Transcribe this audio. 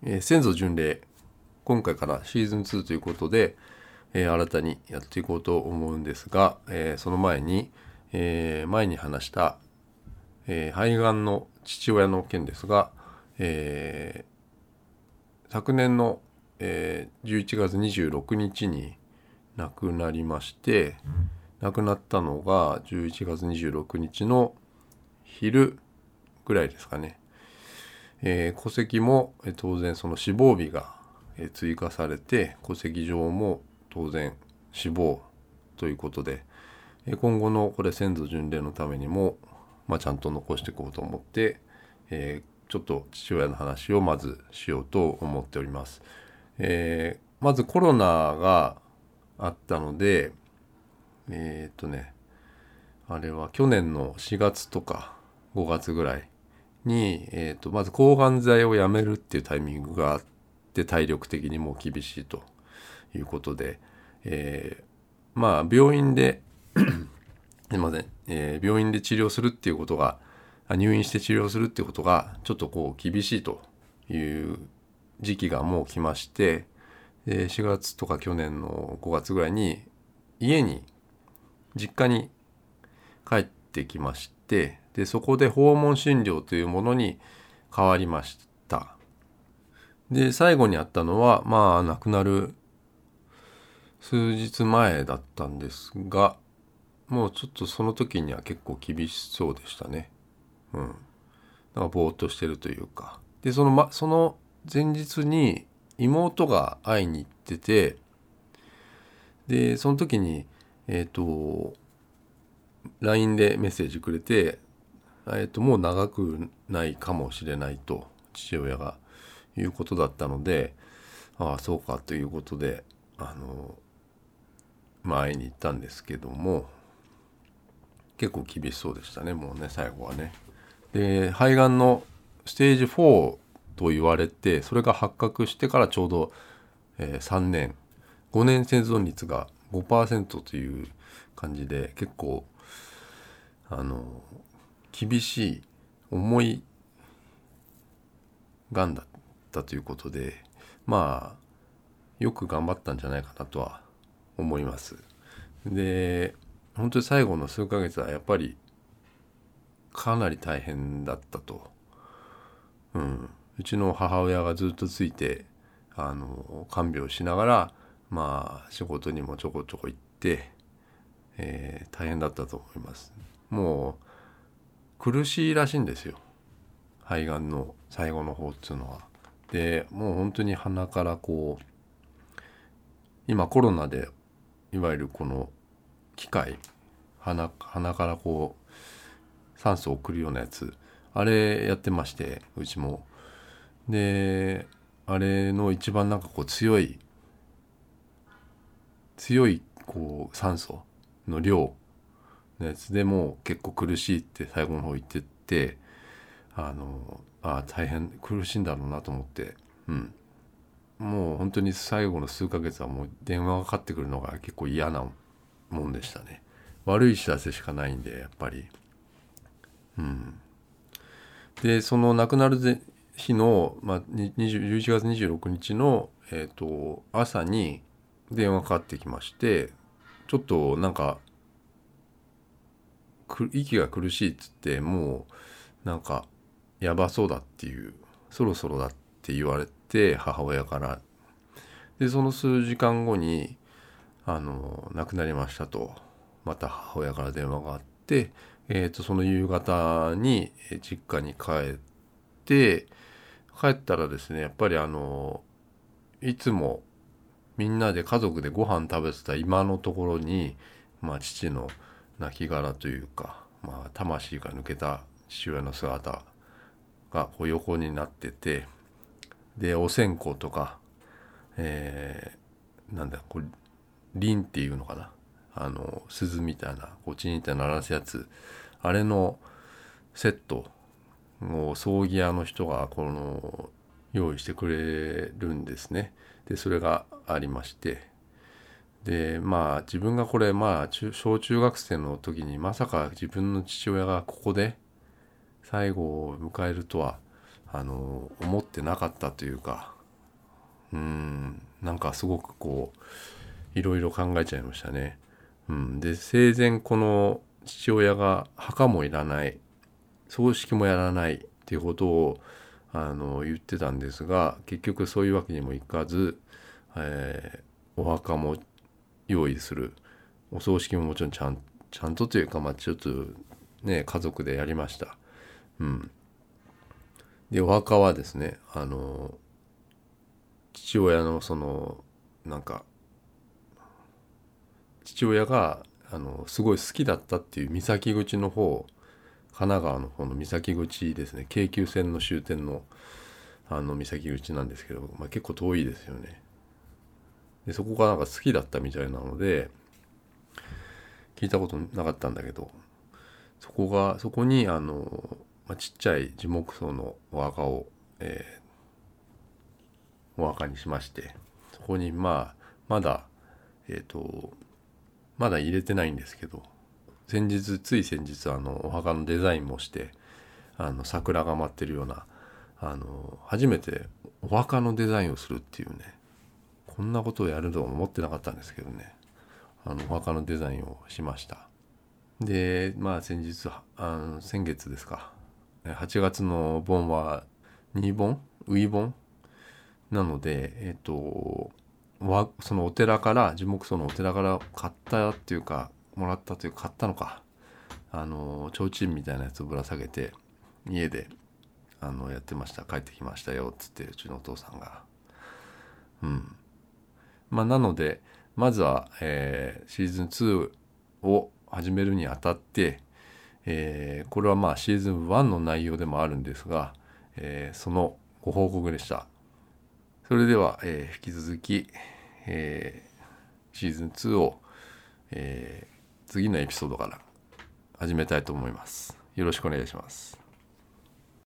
先祖巡礼、今回からシーズン2ということで、新たにやっていこうと思うんですが、その前に、前に話した、肺がんの父親の件ですが、昨年の、11月26日に亡くなりまして、亡くなったのが11月26日の昼ぐらいですかね。戸籍も当然その死亡日が追加されて、戸籍上も当然死亡ということで、今後のこれ先祖巡礼のためにも、ちゃんと残していこうと思って、ちょっと父親の話をまずしようと思っております。まずコロナがあったので、あれは去年の4月とか5月ぐらいに、まず抗がん剤をやめるっていうタイミングがあって、体力的にもう厳しいということで、病院ですいません、病院で治療するっていうことが、入院して治療するっていうことがちょっとこう厳しいという時期がもう来まして、4月とか去年の5月ぐらいに実家に帰ってきまして、でそこで訪問診療というものに変わりました。で最後にあったのは亡くなる数日前だったんですが、もうちょっとその時には結構厳しそうでしたね。なんかぼーっとしてるというか。でその前日に妹が会いに行ってて、でその時にLINE でメッセージくれて、もう長くないかもしれないと父親がいうことだったので、ああそうかということで会いに行ったんですけども、結構厳しそうでしたね。もうね、最後はね。で肺がんのステージ4と言われて、それが発覚してからちょうど、3年5年生存率が 5% という感じで、結構厳しい重いがんだったということで、よく頑張ったんじゃないかなとは思います。で本当に最後の数ヶ月はやっぱりかなり大変だったと。うちの母親がずっとついて看病しながら仕事にもちょこちょこ行って、大変だったと思います。もう苦しいらしいんですよ、肺がんの最後の方っていうのは。でもう本当に鼻からこう、今コロナでいわゆるこの機械、鼻からこう酸素を送るようなやつ、あれやってまして、うちも。であれの一番なんかこう強いこう酸素の量のやつでも結構苦しいって最後の方言ってて、大変苦しいんだろうなと思って、もう本当に最後の数ヶ月はもう電話がかかってくるのが結構嫌なもんでしたね。悪い知らせしかないんで、やっぱり。でその亡くなる日の、11月26日の、朝に電話かかってきまして、ちょっとなんか息が苦しいっつって、もうなんかやばそうだっていう、そろそろだって言われて、母親から。でその数時間後に亡くなりましたとまた母親から電話があって、その夕方に実家に帰ったらですね、やっぱりいつもみんなで家族でご飯食べてた今のところに、父の亡骸というか、魂が抜けた父親の姿がこう横になってて、でお線香とか、これ鈴っていうのかな、鈴みたいなこうチンって鳴らすやつ、あれのセットを葬儀屋の人が用意してくれるんですね。でそれがありまして、で自分がこれ小中学生の時にまさか自分の父親がここで最後を迎えるとは思ってなかったというか、 なんかすごくこういろいろ考えちゃいましたね。で生前この父親が墓もいらない、葬式もやらないっていうことを言ってたんですが、結局そういうわけにもいかず、お墓も用意する、お葬式ももちろんちゃんとというか、ちょっとね家族でやりました。でお墓はですね、父親のなんか父親がすごい好きだったっていう三崎口の方、神奈川の方の三崎口ですね、京急線の終点の三崎口なんですけど、結構遠いですよね。でそこがなんか好きだったみたいなので、聞いたことなかったんだけど、そこにちっちゃい樹木葬のお墓を、お墓にしまして、そこにまだまだ入れてないんですけど、つい先日お墓のデザインもして、桜が舞ってるような初めてお墓のデザインをするっていうね、こんなことをやるとは思ってなかったんですけどね、お墓のデザインをしました。で先月ですか、8月の盆は2盆ウイ盆なので、そのお寺から樹木葬のお寺から買ったっていうか、もらったというか買ったのか、提灯みたいなやつをぶら下げて家でやってました。帰ってきましたよっつって、うちのお父さんが。なのでまずは、シーズン2を始めるにあたって、これはシーズン1の内容でもあるんですが、そのご報告でした。それでは、引き続き、シーズン2を、次のエピソードから始めたいと思います。よろしくお願いします。